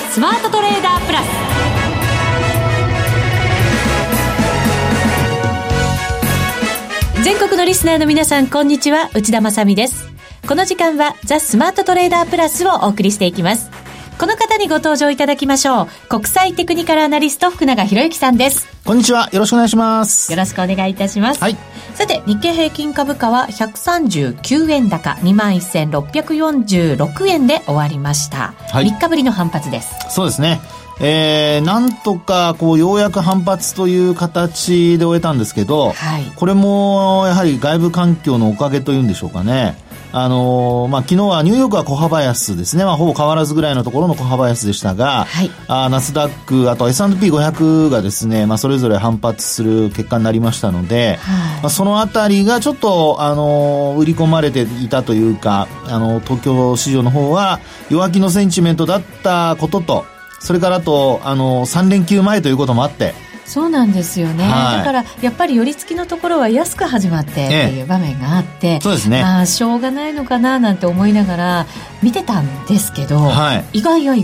スマートトレーダープラス。全国のリスナーの皆さん、こんにちは、内田まさみです。この時間はザ・スマートトレーダープラスをお送りしていきます。この方にご登場いただきましょう。国際テクニカルアナリスト福永博之さんです。 こんにちは、よろしくお願いします。 よろしくお願いいたします。 はい。 さて、日経平均株価は139円高 21,646 円で終わりました、はい、3日ぶりの反発です。 そうですね。なんとかようやく反発という形で終えたんですけど、はい、これもやはり外部環境のおかげというんでしょうかね。昨日はニューヨークは小幅安ですね。ほぼ変わらずぐらいのところの小幅安でしたが、はい、ナスダック、あと S&P500 がですね、それぞれ反発する結果になりましたので、はい、そのあたりがちょっと、売り込まれていたというか、東京市場の方は弱気のセンチメントだったことと、それからあと、3連休前ということもあって、 そうなんですよね、はい、だからやっぱり寄り付きのところは安く始まってっていう場面があって、 そうですね、 しょうがないのかななんて思いながら見てたんですけど、はい、意外、うん、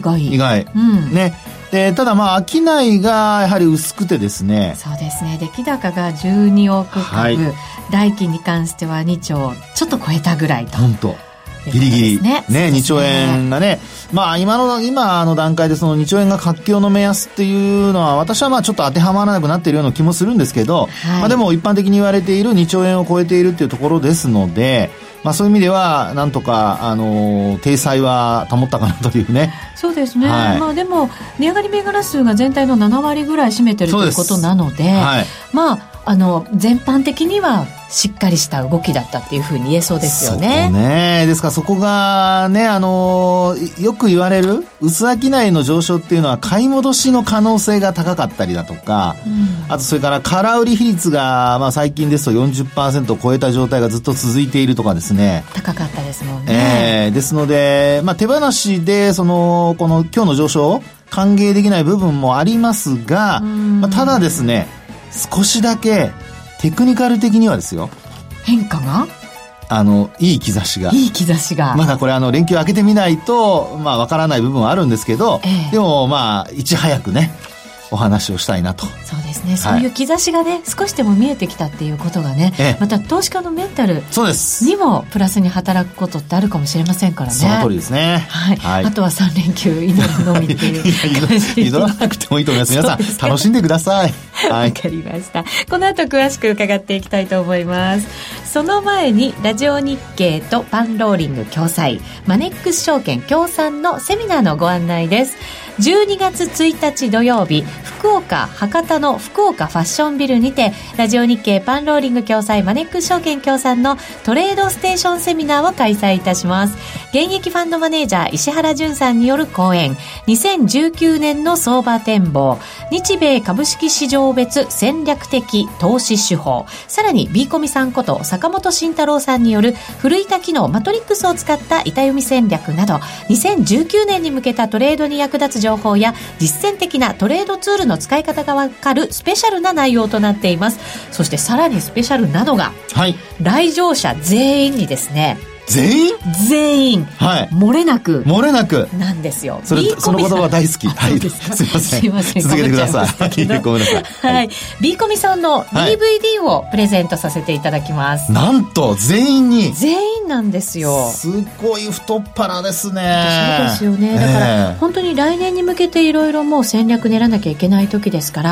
ね。でただ商いがやはり薄くてですね。 そうですね。出来高が12億株、はい、代金に関しては2兆ちょっと超えたぐらいと。 本当ギリギリね、2兆円がね、今の段階でその2兆円が活況の目安っていうのは、私はちょっと当てはまらなくなっているような気もするんですけど、はい、でも一般的に言われている2兆円を超えているっていうところですので、そういう意味ではなんとか体裁は保ったかなというね。 そうですね、はい、でも値上がり銘柄数が全体の7割ぐらい占めてるということなので、はい、全般的にはしっかりした動きだったっていうふうに言えそうですよね。 そうね。ですからそこがね、よく言われる薄商いの上昇っていうのは買い戻しの可能性が高かったりだとか、あとそれから空売り比率が最近ですと 40% を超えた状態がずっと続いているとかですね。 高かったですもんね。 ですので、手放しでこの今日の上昇を歓迎できない部分もありますが、ただですね、少しだけテクニカル的にはですよ、 変化がいい兆しがまだこれ連休明けてみないとわからない部分はあるんですけど、でもいち早くねお話をしたいなと。 そうですね、そういう兆しがね、少しでも見えてきたっていうことがね、また投資家のメンタルにもプラスに働くことってあるかもしれませんからね。 その通りですね、 はいはい、あとは3連休祈るのみっていう祈らなくてもいいと思います。皆さん楽しんでください。 わかりました。この後詳しく伺っていきたいと思います。その前にラジオ日経とパンローリング共催マネックス証券協賛のセミナーのご案内です。12月1日土曜日、博多の福岡ファッションビルにて、ラジオ日経パンローリング共催マネックス証券協賛のトレードステーションセミナーを開催いたします。現役ファンドマネージャー石原淳さんによる講演、2019年の相場展望、日米株式市場別戦略的投資手法、さらに B コミさんこと坂本慎太郎さんによる古板機能マトリックスを使った板読み戦略など、2019年に向けたトレードに役立つ情報や実践的なトレードツールの使い方がわかるスペシャルな内容となっています。そしてさらにスペシャルなのが、はい、来場者全員にですね、 全員、はい、 漏れなくなんですよ。 その言葉大好き。はい、すいません続けてください。ごめんなさい。 はい、B コミさんの DVD をプレゼントさせていただきます。 なんと全員なんですよ。 すごい太っ腹ですね。 そうですよね。だから本当に来年に向けていろいろもう戦略練らなきゃいけない時ですから、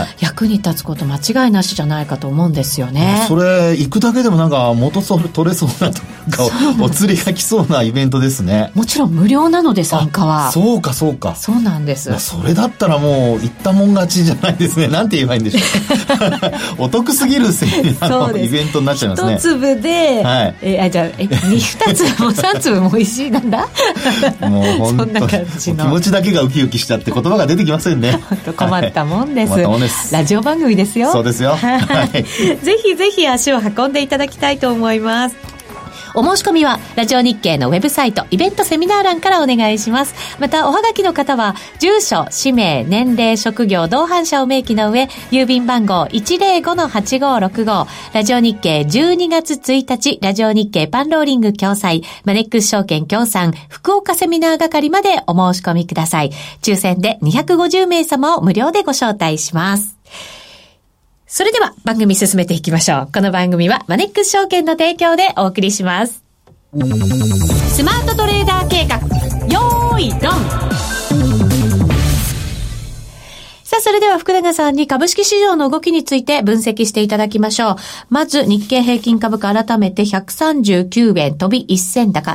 役に立つこと間違いなしじゃないかと思うんですよね。 それ行くだけでも元取れそうなとかお釣りが来そうなイベントですね。 もちろん無料なので参加は。 そうか。 そうなんです。 それだったらもう行ったもん勝ちじゃないですね。なんて言えばいいんでしょう。お得すぎるイベントになっちゃいますね。 一粒で、はい、じゃあ2粒も3粒も美味しいなんだ。 もう本当そんな感じの気持ちだけがウキウキしたって言葉が出てきませんね。 本当困ったもんです。 はい、 ラジオ番組ですよ。 そうですよ。はい、 ぜひぜひ足を運んでいただきたいと思います。 お申し込みはラジオ日経のウェブサイトイベントセミナー欄からお願いします。またおはがきの方は住所、氏名、年齢、職業、同伴者を明記の上、郵便番号 105-8565 ラジオ日経12月1日ラジオ日経パンローリング共催マネックス証券協賛福岡セミナー係までお申し込みください。抽選で250名様を無料でご招待します。それでは番組進めていきましょう。この番組はマネックス証券の提供でお送りします。スマートトレーダー計画、よーいドン。さあ、それでは福永さんに株式市場の動きについて分析していただきましょう。まず日経平均株価改めて139円飛び1銭高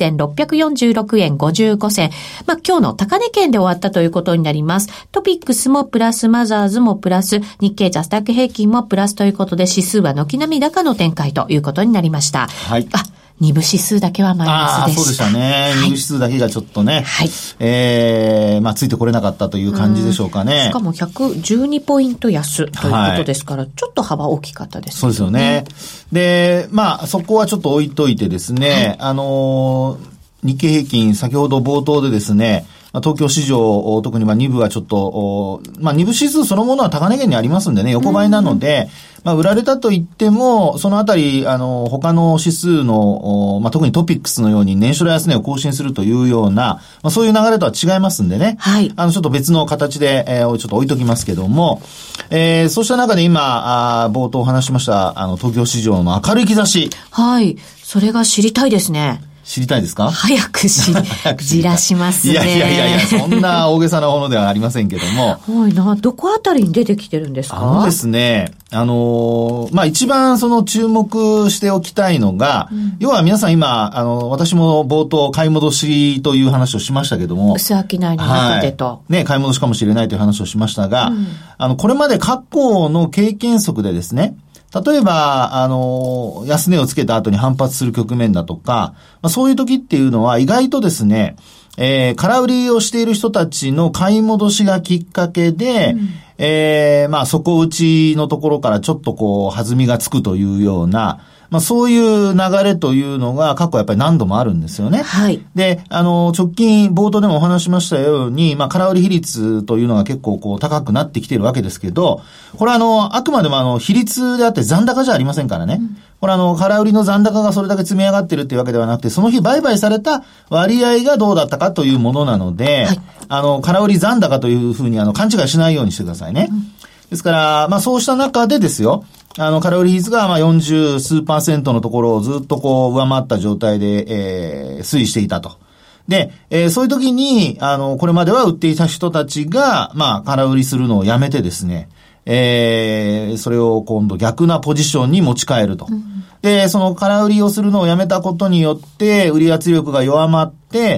21,646 円55銭。今日の高値圏で終わったということになります。トピックスもプラス、マザーズもプラス、日経ジャスタック平均もプラスということで指数は軒並み高の展開ということになりました。 はい。 二部指数だけはマイナスでした。 そうでしたね。二部指数だけがちょっとね。はい。ついてこれなかったという感じでしょうかね。 しかも112ポイント安ということですから、ちょっと幅大きかったですね。 そうですよね。で、そこはちょっと置いといてですね、日経平均、先ほど冒頭でですね、東京市場、特に2部はちょっと、2部指数そのものは高値圏にありますんでね、横ばいなので、売られたと言っても、そのあたり、他の指数の、特にトピックスのように年初来安値を更新するというような、そういう流れとは違いますんでね。はい。ちょっと別の形で、ちょっと置いときますけども、そうした中で今、冒頭お話しました、東京市場の明るい兆し。 はい。そそれが知りたいですね。 知りたいですか？ 早くじらしますね。 いや、そんな大げさなものではありませんけども。 はいな、どこあたりに出てきてるんですか？ ですね、一番その注目しておきたいのが、要は皆さん今、私も冒頭買い戻しという話をしましたけども。 薄商いの中でと。 はい。ね、買い戻しかもしれないという話をしましたが、これまで過去の経験則でですね、例えば、安値をつけた後に反発する局面だとか、そういう時っていうのは意外とですね、空売りをしている人たちの買い戻しがきっかけで、底打ちのところからちょっと弾みがつくというような、そういう流れというのが過去やっぱり何度もあるんですよね。はい。で、直近冒頭でもお話しましたように、空売り比率というのが結構高くなってきているわけですけど、これはあくまでも比率であって残高じゃありませんからね。これ空売りの残高がそれだけ積み上がってるっていうわけではなくて、その日売買された割合がどうだったかというものなので、はい、空売り残高というふうに勘違いしないようにしてくださいね。ですから、そうした中でですよ、空売り比率が40数%のところをずっと上回った状態で、推移していたと。で、そういう時に、これまでは売っていた人たちが、空売りするのをやめてですね、それを今度逆なポジションに持ち替えると。で、その空売りをするのをやめたことによって、売り圧力が弱まって、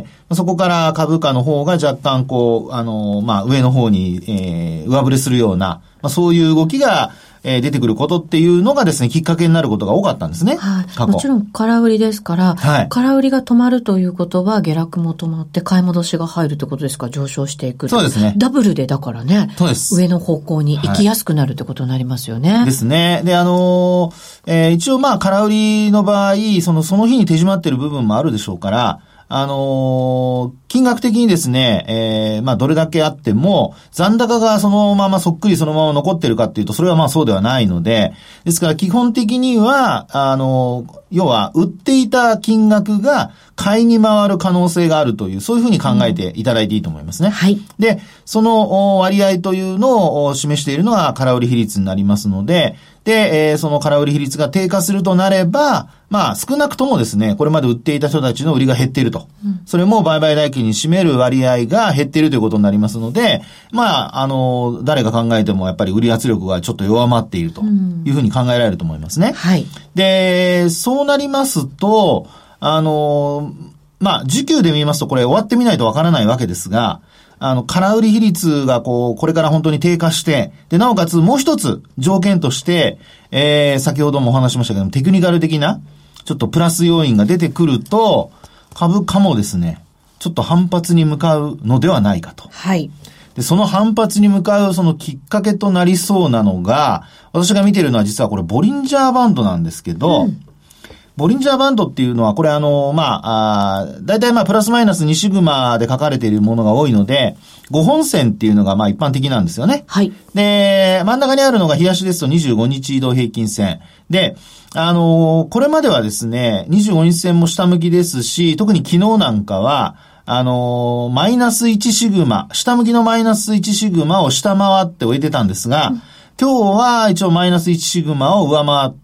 そこから株価の方が若干上の方に、上振れするような、そういう動きが、出てくることっていうのがですね、きっかけになることが多かったんですね。 はい。もちろん空売りですから、はい、空売りが止まるということは下落も止まって買い戻しが入るということですか？上昇していく。 そうですね。 ダブルでだからね。そうです。上の方向に行きやすくなるってことになりますよね。はい、 ですね。で、一応空売りの場合、その日に手締まってる部分もあるでしょうから、金額的にですね、どれだけあっても、残高がそのままそっくりそのまま残ってるかっていうと、それはそうではないので、ですから基本的には、要は、売っていた金額が買いに回る可能性があるという、そういうふうに考えていただいていいと思いますね。はい。で、その割合というのを示しているのが空売り比率になりますので、で、その空売り比率が低下するとなれば、少なくともですね、これまで売っていた人たちの売りが減っていると。それも売買代金に占める割合が減っているということになりますので、誰が考えてもやっぱり売り圧力がちょっと弱まっているというふうに考えられると思いますね。はい。で、そうなりますと、時給で見ますとこれ終わってみないとわからないわけですが、空売り比率がこれから本当に低下して、で、なおかつもう一つ条件として、先ほどもお話しましたけども、テクニカル的な、ちょっとプラス要因が出てくると、株価もですね、ちょっと反発に向かうのではないかと。はい。で、その反発に向かうそのきっかけとなりそうなのが、私が見ているのは実はこれボリンジャーバンドなんですけど、 ボリンジャーバンドっていうのは、これだいたいプラスマイナス2シグマで書かれているものが多いので、5本線っていうのが一般的なんですよね。 はい。 で、真ん中にあるのが日足ですと25日移動平均線。で、これまではですね、25日線も下向きですし、特に昨日なんかは、マイナス1シグマ、下向きのマイナス1シグマを下回って終えてたんですが、今日は一応マイナス1シグマを上回って、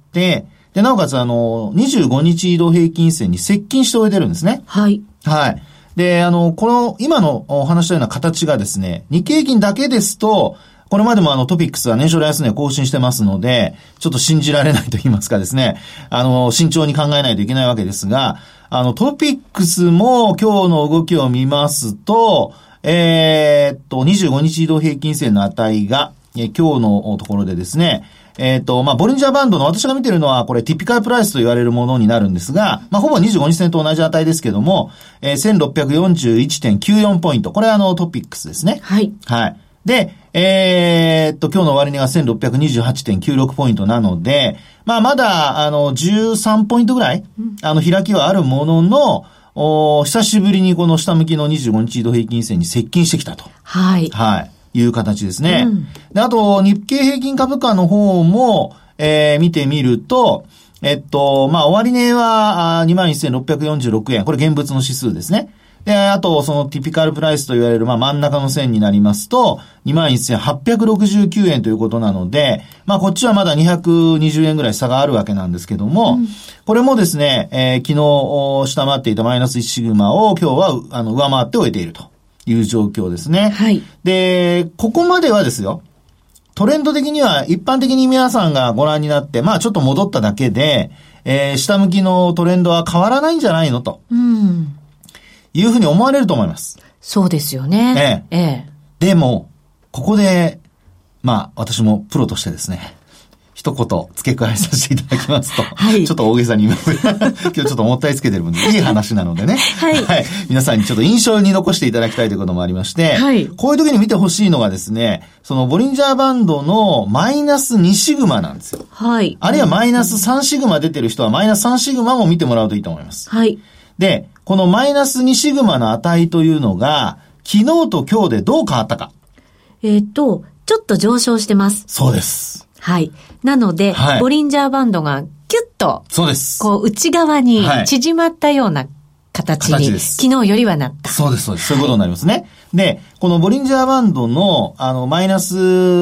で、なおかつ25日移動平均線に接近して終えてるんですね。 はい。 はい。で、この、今のお話したような形がですね、日経平均だけですと、これまでもトピックスは年初来安値を更新してますので、ちょっと信じられないと言いますかですね、慎重に考えないといけないわけですが、トピックスも今日の動きを見ますと、25日移動平均線の値が、今日のところでですね、ボリンジャーバンドの私が見てるのは、これ、ティピカルプライスと言われるものになるんですが、ほぼ25日線と同じ値ですけども、1641.94 ポイント。これはトピックスですね。 はい。 はい。で、今日の終値が 1628.96 ポイントなので、まだ、13ポイントぐらい、開きはあるものの、久しぶりにこの下向きの25日移動平均線に接近してきたと。 はい。 はい。いう形ですね。で、あと、日経平均株価の方も、見てみると、終値は、21,646 円。これ現物の指数ですね。で、あと、そのティピカルプライスと言われる、真ん中の線になりますと、21,869 円ということなので、こっちはまだ220円ぐらい差があるわけなんですけども、これもですね、昨日下回っていたマイナス1シグマを今日は、上回って終えているという状況ですね。 はい。 で、ここまではですよ、トレンド的には一般的に皆さんがご覧になって、ちょっと戻っただけで、下向きのトレンドは変わらないんじゃないのと。いうふうに思われると思います。 そうですよね。 でも、ここで、私もプロとしてですね、一言付け加えさせていただきますと、はい、ちょっと大げさに今日ちょっともったいつけてる分でいい話なのでね、はい、皆さんにちょっと印象に残していただきたいということもありまして、はい、こういう時に見てほしいのがですね、そのボリンジャーバンドのマイナス2シグマなんですよ。はい。あるいはマイナス3シグマ出てる人はマイナス3シグマも見てもらうといいと思います。はい。で、このマイナス2シグマの値というのが、昨日と今日でどう変わったか。ちょっと上昇してます。 そうです。 はい。なので、はい、ボリンジャーバンドがキュッと、 そうです。 こう内側に縮まったような形に、はい、昨日よりはなった。 そうです、そうです。そういうことになりますね。はい、で、このボリンジャーバンドの、マイナス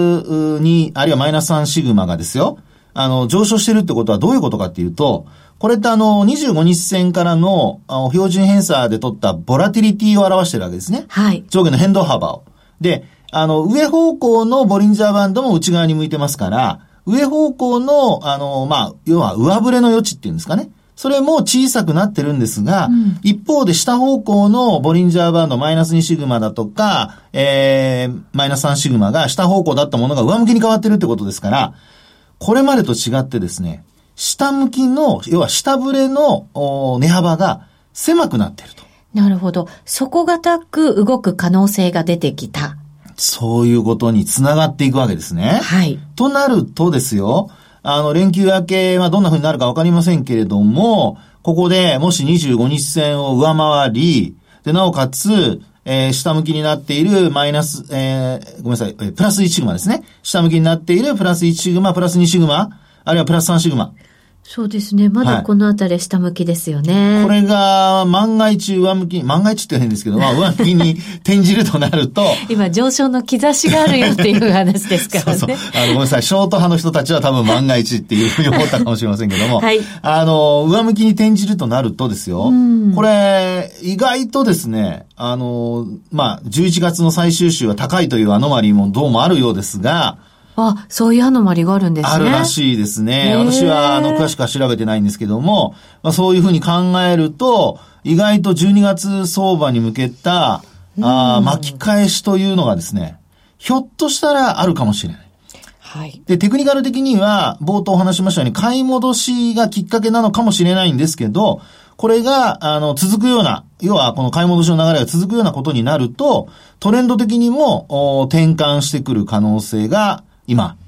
2、あるいはマイナス3シグマがですよ、上昇してるってことはどういうことかっていうと、これって25日線からの標準偏差で取ったボラティリティを表してるわけですね。はい。上下の変動幅を。で、上方向のボリンジャーバンドも内側に向いてますから、上方向の、要は上振れの余地っていうんですかね。それも小さくなってるんですが、一方で下方向のボリンジャーバンドマイナス2シグマだとか、マイナス3シグマが下方向だったものが上向きに変わってるってことですから、これまでと違ってですね、下向きの、要は下振れの値幅が狭くなっていると。 なるほど。底堅く動く可能性が出てきた。 そういうことにつながっていくわけですね。 はい。 となるとですよ、連休明けはどんな風になるかわかりませんけれども、ここでもし25日線を上回り、で、なおかつ、下向きになっているマイナス、ごめんなさい、プラス1シグマですね。下向きになっているプラス1シグマ、プラス2シグマ、あるいはプラス3シグマ。 そうですね。まだこのあたり下向きですよね。 これが万が一上向き、万が一って変ですけど、上向きに転じるとなると。 今上昇の兆しがあるよっていう話ですからね。そう。 ごめんなさい。ショート派の人たちは多分万が一っていうふうに思ったかもしれませんけども。はい。上向きに転じるとなるとですよ。これ、意外とですね、11月の最終週は高いというアノマリーもどうもあるようですが、 そういうアノマリがあるんですね。 あるらしいですね。私は詳しくは調べてないんですけども、そういうふうに考えると、意外と12月相場に向けた、巻き返しというのがですね、ひょっとしたらあるかもしれない。はい。で、テクニカル的には、冒頭お話しましたように、買い戻しがきっかけなのかもしれないんですけど、これが、続くような、要はこの買い戻しの流れが続くようなことになると、トレンド的にも、転換してくる可能性が、今、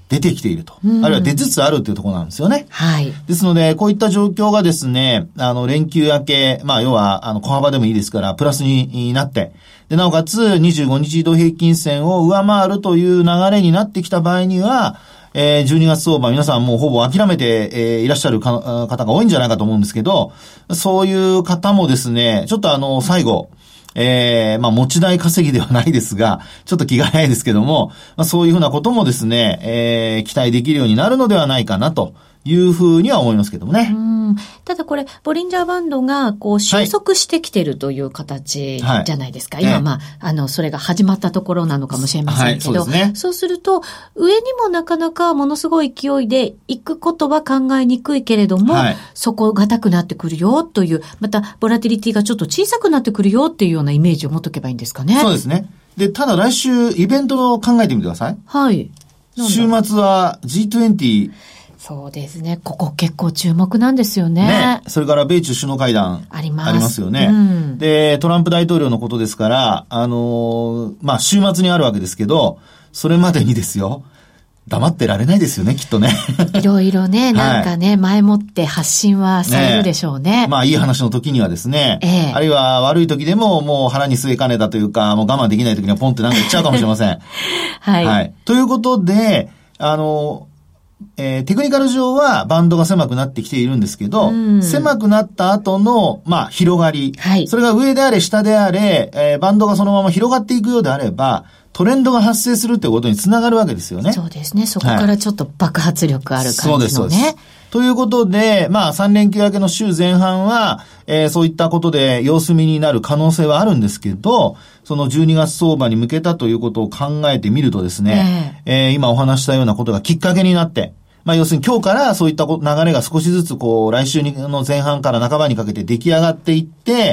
出てきていると。あるいは出つつあるというところなんですよね。 はい。 ですので、こういった状況がですね、連休明け、要は、小幅でもいいですから、プラスになって、で、なおかつ、25日移動平均線を上回るという流れになってきた場合には、12月相場、皆さんもうほぼ諦めて、いらっしゃる方が多いんじゃないかと思うんですけど、そういう方もですね、ちょっと最後、持ち代稼ぎではないですが、ちょっと気が早いですけども、そういうふうなこともですね、期待できるようになるのではないかなというふうには思いますけどもね。 ただこれ、ボリンジャーバンドがこう収束してきてるという形じゃないですか。今、それが始まったところなのかもしれませんけど、そうすると、上にもなかなかものすごい勢いで行くことは考えにくいけれども、底堅くなってくるよという、また、ボラティリティがちょっと小さくなってくるよっていうようなイメージを持っとけばいいんですかね。 そうですね。で、ただ来週、イベントを考えてみてください。 はい。 週末は G20、 そうですね。ここ結構注目なんですよね。 それから米中首脳会談ありますよね。で、トランプ大統領のことですから、週末にあるわけですけど、それまでにですよ、黙ってられないですよね、きっとね。 いろいろね、なんかね、前もって発信はされるでしょうね。 いい話の時にはですね、あるいは悪い時でももう腹に据えかねたというか、もう我慢できない時にはポンってなんか言っちゃうかもしれません。はい。ということで、テクニカル上はバンドが狭くなってきているんですけど、狭くなった後の、広がり、それが上であれ下であれ、バンドがそのまま広がっていくようであれば、トレンドが発生するってことにつながるわけですよね。 そうですね。そこからちょっと爆発力ある感じのね。そうです。 ということで、3連休明けの週前半は、そういったことで様子見になる可能性はあるんですけど、その12月相場に向けたということを考えてみるとですね、今お話したようなことがきっかけになって、要するに今日からそういった流れが少しずつ来週の前半から半ばにかけて出来上がっていって、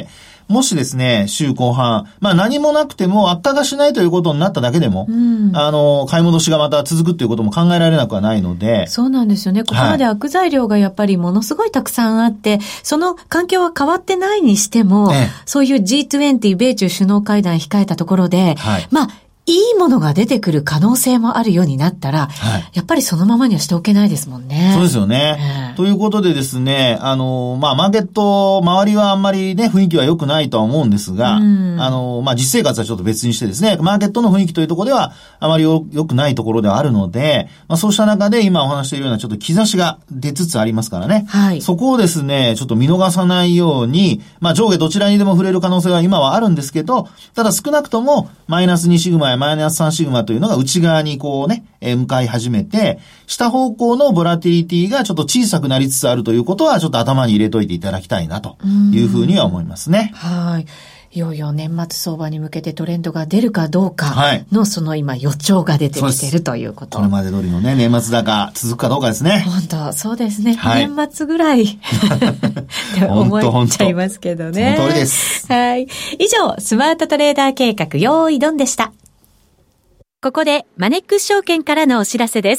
もしですね、週後半、何もなくても悪化がしないということになっただけでも、買い戻しがまた続くということも考えられなくはないので。 そうなんですよね。ここまで悪材料がやっぱりものすごいたくさんあって、その環境は変わってないにしても、そういう G20 米中首脳会談控えたところで、いいものが出てくる可能性もあるようになったら、やっぱりそのままにはしておけないですもんね。 そうですよね。ということでですね、マーケット、周りはあんまりね、雰囲気は良くないとは思うんですが、実生活はちょっと別にしてですね、マーケットの雰囲気というところでは、あまり良くないところではあるので、そうした中で今お話しているようなちょっと兆しが出つつありますからね。そこをですね、ちょっと見逃さないように、上下どちらにでも触れる可能性は今はあるんですけど、ただ少なくとも、マイナス2シグマやマイナス3シグマというのが内側に向かい始めて、下方向のボラティリティがちょっと小さくなりつつあるということは、ちょっと頭に入れといていただきたいなというふうには思いますね。 いよいよ年末相場に向けてトレンドが出るかどうかのその今予兆が出てきているということ。 これまで通りのね、年末高続くかどうかですね。 本当、そうですね。年末ぐらいって思っちゃいますけどね。 その通りです。 以上、スマートトレーダー計画用意ドンでした。ここでマネックス証券からのお知らせです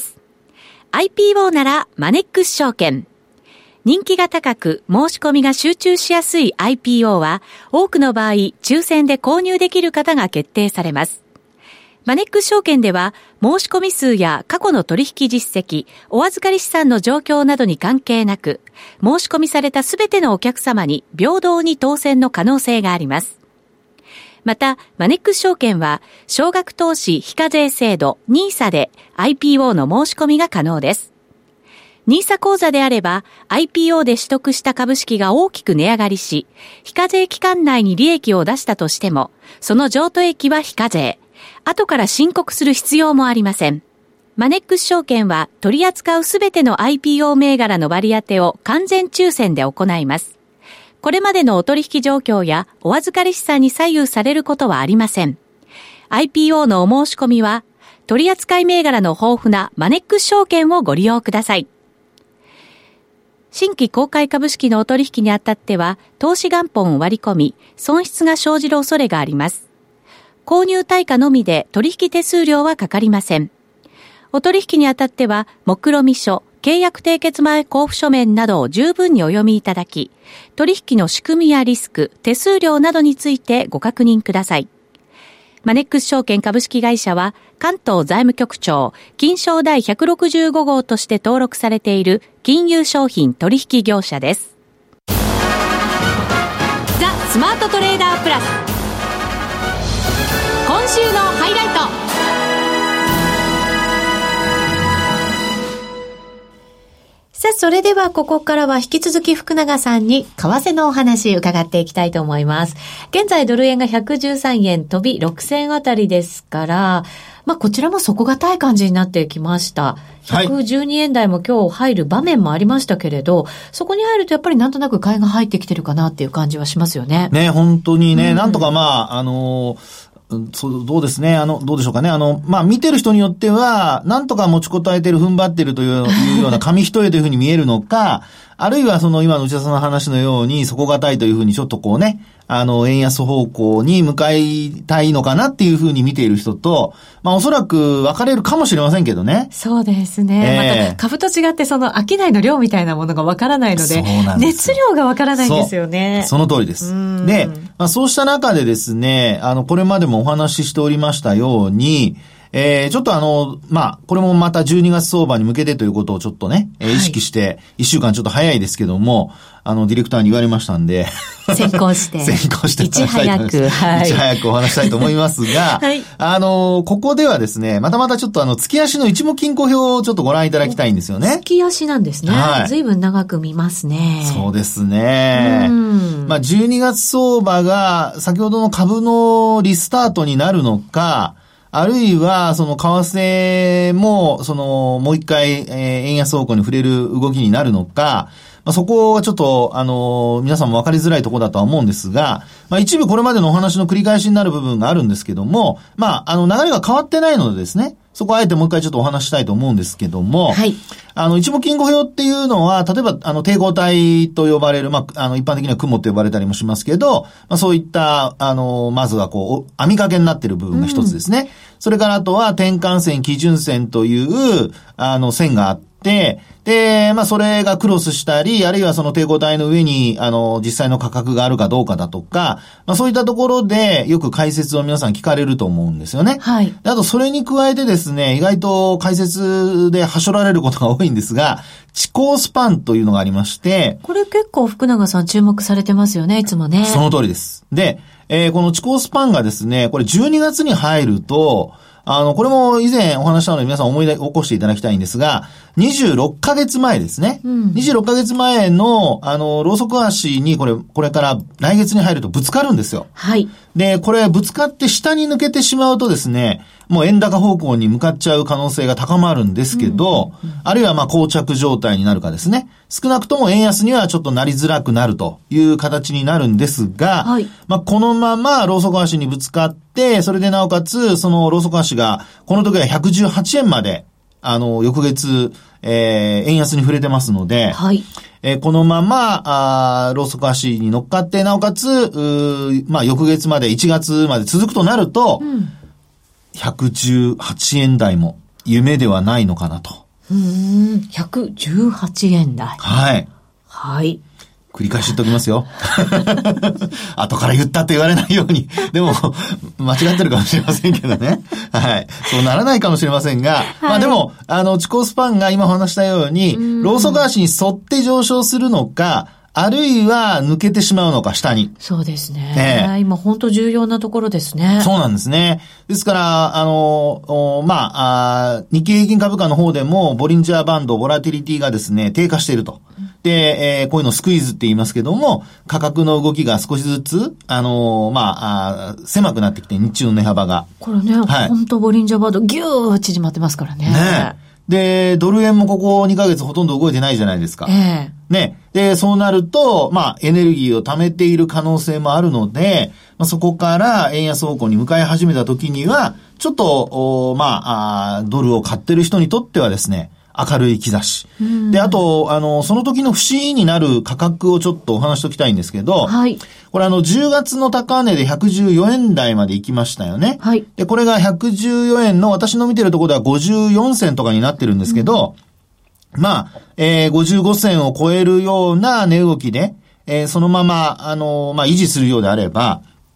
。IPO ならマネックス証券。人気が高く申し込みが集中しやすい IPO は多くの場合抽選で購入できる方が決定されます。マネックス証券では申し込み数や過去の取引実績、お預かり資産の状況などに関係なく申し込みされたすべてのお客様に平等に当選の可能性があります。また、マネックス証券は少額投資非課税制度 NISA で IPO の申し込みが可能です。NISA 口座であれば IPO で取得した株式が大きく値上がりし、非課税期間内に利益を出したとしても、その譲渡益は非課税。後から申告する必要もありません。マネックス証券は取り扱うすべての IPO 銘柄の割り当てを完全抽選で行います。これまでのお取引状況やお預かり資産に左右されることはありません。IPO のお申し込みは、取扱銘柄の豊富なマネックス証券をご利用ください。新規公開株式のお取引にあたっては、投資元本を割り込み、損失が生じる恐れがあります。購入対価のみで取引手数料はかかりません。お取引にあたっては、目論見書、契約締結前交付書面などを十分にお読みいただき、取引の仕組みやリスク、手数料などについてご確認ください。 マネックス証券株式会社は関東財務局長金商第165号として登録されている金融商品取引業者です。ザ・スマートトレーダープラス、今週のハイライト。さあ、それではここからは引き続き福永さんに為替のお話伺っていきたいと思います。現在ドル円が113円飛び6銭あたりですから、こちらも底堅い感じになってきました。112円台も今日入る場面もありましたけれど、そこに入るとやっぱりなんとなく買いが入ってきてるかなっていう感じはしますよね。 ね、本当にね、なんとかどうですね。どうでしょうかね。見てる人によっては、なんとか持ちこたえてる、踏ん張ってるというような紙一重というふうに見えるのか、あるいは今の内田さんの話のように、底堅いというふうにちょっとこうね、円安方向に向かいたいのかなっていうふうに見ている人と、おそらく分かれるかもしれませんけどね。 そうですね。また、株と違って商いの量みたいなものが分からないので、熱量が分からないんですよね。 その通りです。で、そうした中でですね、これまでもお話ししておりましたように、ちょっとこれもまた12月相場に向けてということをちょっとね、意識して、1週間ちょっと早いですけども、ディレクターに言われましたんで。 先行して。 いち早くお話したいと思いますが、はい、ここではですね、またちょっと月足の一目金庫表をちょっとご覧いただきたいんですよね。 月足なんですね。はい。随分長く見ますね。 そうですね。12月相場が先ほどの株のリスタートになるのか、あるいは、為替も、もう一回、円安方向に触れる動きになるのか、そこはちょっと、皆さんも分かりづらいところだとは思うんですが、一部これまでのお話の繰り返しになる部分があるんですけども、流れが変わってないのでですね、そこはあえてもう一回ちょっとお話したいと思うんですけども、はい。一目金庫表っていうのは、例えば、抵抗体と呼ばれる、一般的には雲と呼ばれたりもしますけど、そういった、まずは網掛けになっている部分が一つですね。それからあとは転換線、基準線という、線があって、で、それがクロスしたり、あるいはその抵抗体の上に、実際の価格があるかどうかだとか、そういったところでよく解説を皆さん聞かれると思うんですよね。はい。あと、それに加えてですね、意外と解説ではしょられることが多いんですが、遅行スパンというのがありまして、 これ結構福永さん注目されてますよね、いつもね。 その通りです。で、この遅行スパンがですね、これ12月に入ると、これも以前お話したので皆さん思い起こしていただきたいんですが、26ヶ月前ですね。26ヶ月前の、ローソク足にこれから来月に入るとぶつかるんですよ。はい。で、これぶつかって下に抜けてしまうとですね、もう円高方向に向かっちゃう可能性が高まるんですけど、あるいは膠着状態になるかですね。少なくとも円安にはちょっとなりづらくなるという形になるんですが、はい。このままローソク足にぶつかって、それでなおかつ、そのローソク足が、この時は118円まで、翌月、円安に触れてますので、はい。このまま、ローソク足に乗っかって、なおかつ、翌月まで、1月まで続くとなると、118円台も夢ではないのかなと。 118円台。 はい。 はい。 繰り返し言っておきますよ。後から言ったって言われないように。でも、間違ってるかもしれませんけどね。はい。そうならないかもしれませんが、はい、でも、遅行スパンが今お話したように、ローソク足に沿って上昇するのか、あるいは抜けてしまうのか、下に。 そうですね。今本当重要なところですね。 そうなんですね。ですから、日経平均株価の方でも、ボリンジャーバンド、ボラティリティがですね、低下していると。で、こういうのをスクイーズって言いますけども、価格の動きが少しずつ、狭くなってきて、日中の値幅が。 これね、はい、本当ボリンジャーバンド、ギュー縮まってますからね。 ね。で、ドル円もここ2ヶ月ほとんど動いてないじゃないですか。ね。で、そうなると、エネルギーを貯めている可能性もあるので、そこから円安方向に向かい始めた時には、ちょっと、ドルを買ってる人にとってはですね、明るい兆し。で、あと、その時の節になる価格をちょっとお話しときたいんですけど、はい。これ10月の高値で114円台まで行きましたよね。はい。で、これが114円の私の見てるところでは54銭とかになってるんですけど、55銭を超えるような値動きで、そのまま、維持するようであれば、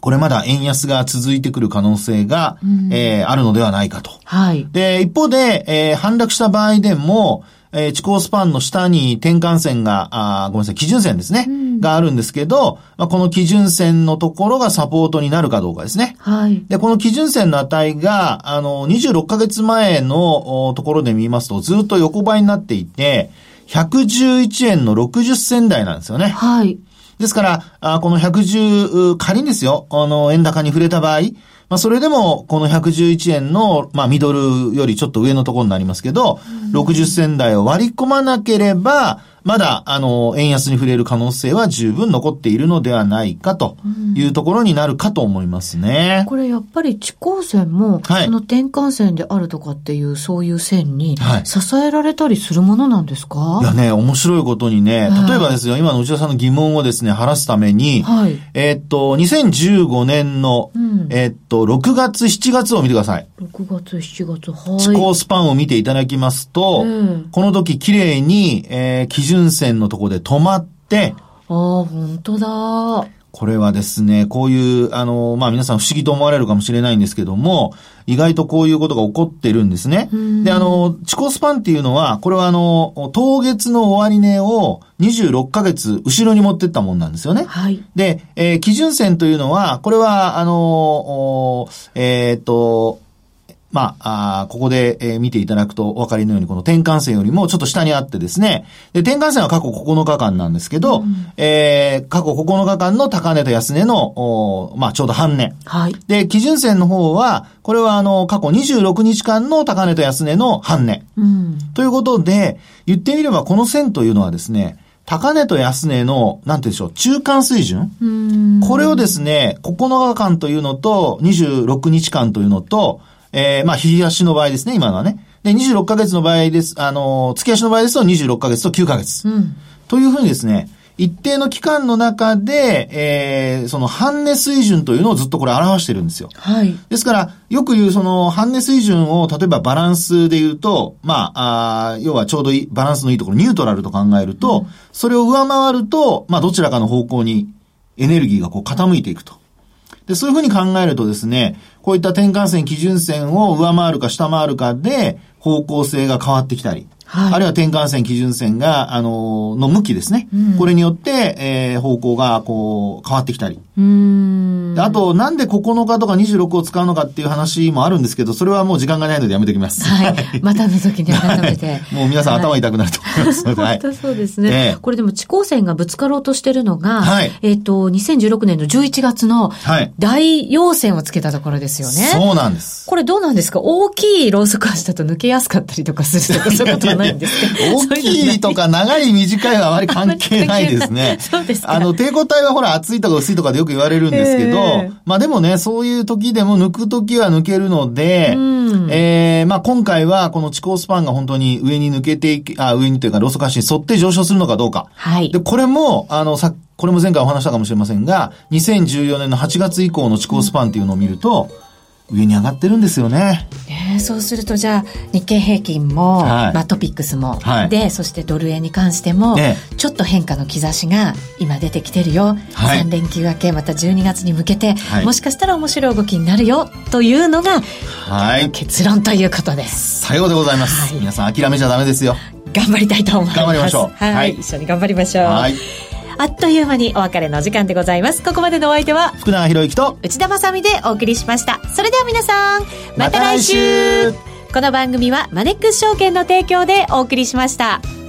これまだ円安が続いてくる可能性が、あるのではないかと。 はい。 で、一方で、反落した場合でも、地高スパンの下に転換線が、ごめんなさい、基準線ですね、があるんですけど、この基準線のところがサポートになるかどうかですね。 はい。 で、この基準線の値が、26ヶ月前のところで見ますと、ずっと横ばいになっていて、111円の60銭台なんですよね。 はい。 ですから、この110、仮にですよ、円高に触れた場合、それでも、この111円の、ミドルよりちょっと上のところになりますけど、60銭台を割り込まなければ、まだ、円安に触れる可能性は十分残っているのではないかというところになるかと思いますね。 これやっぱり地高線も、その転換線であるとかっていう、そういう線に支えられたりするものなんですか？ いやね、面白いことにね、例えばですよ、今の内田さんの疑問をですね、晴らすために、2015年の、6月、7月を見てください。 6月、7月、はい。 地高スパンを見ていただきますと、この時綺麗に、基準線のところで止まって、 本当だ。 これはですね、こういう、皆さん不思議と思われるかもしれないんですけども、意外とこういうことが起こってるんですね。で、地高スパンっていうのは、これは当月の終値を26ヶ月後ろに持っていったもんなんですよね。 はい。 で、基準線というのは、これは、ここで、見ていただくとお分かりのように、この転換線よりもちょっと下にあってですね、で、転換線は過去9日間なんですけど、過去9日間の高値と安値の、ちょうど半値。 はい。 で、基準線の方は、これは過去26日間の高値と安値の半値。ということで、言ってみればこの線というのはですね、高値と安値の、なんて言うんでしょう、中間水準。これをですね、9日間というのと、26日間というのと、日足の場合ですね、今のはね。で、26ヶ月の場合です。月足の場合ですと26ヶ月と9ヶ月。というふうにですね、一定の期間の中で、その半値水準というのをずっとこれ表してるんですよ。 はい。 ですから、よく言うその半値水準を、例えばバランスで言うと、要はちょうどいい、バランスのいいところ、ニュートラルと考えると、それを上回ると、どちらかの方向にエネルギーがこう傾いていくと。で、そういうふうに考えるとですね、こういった転換線、基準線を上回るか下回るかで方向性が変わってきたり、はい、あるいは転換線、基準線が、の向きですね。これによって、方向がこう変わってきたり。であと、なんで9日とか26を使うのかっていう話もあるんですけど、それはもう時間がないのでやめておきます。 はい。またの時に改めて。 もう皆さん頭痛くなると思いますので。 本当そうですね。これでも地高線がぶつかろうとしてるのが、2016年の11月の大陽線をつけたところですよね。 そうなんです。 これどうなんですか？大きいローソク足だと抜けやすかったりとかするとか、そういうことはないんですか？ 大きいとか長い短いはあまり関係ないですね。 そうですか。 抵抗体はほら厚いとか薄いとかでよく言われるんですけど、でもね、そういう時でも抜く時は抜けるので、今回はこの地高スパンが本当に上に抜けて上にというかローソク足に沿って上昇するのかどうか。 はい。 で、これも、これも前回お話したかもしれませんが、2014年の8月以降の地高スパンっていうのを見ると、上に上がってるんですよね。 そうするとじゃあ日経平均も、トピックスも、でそしてドル円に関しても、ちょっと変化の兆しが今出てきてるよ、3連休明けまた12月に向けて、もしかしたら面白い動きになるよというのが、結論ということです。 さようでございます、皆さん諦めちゃダメですよ。 頑張りたいと思います。 頑張りましょう。 一緒に頑張りましょう。あっという間にお別れの時間でございます。ここまでのお相手は福永博之と内田まさみでお送りしました。それでは皆さん、また来週。この番組はマネックス証券の提供でお送りしました。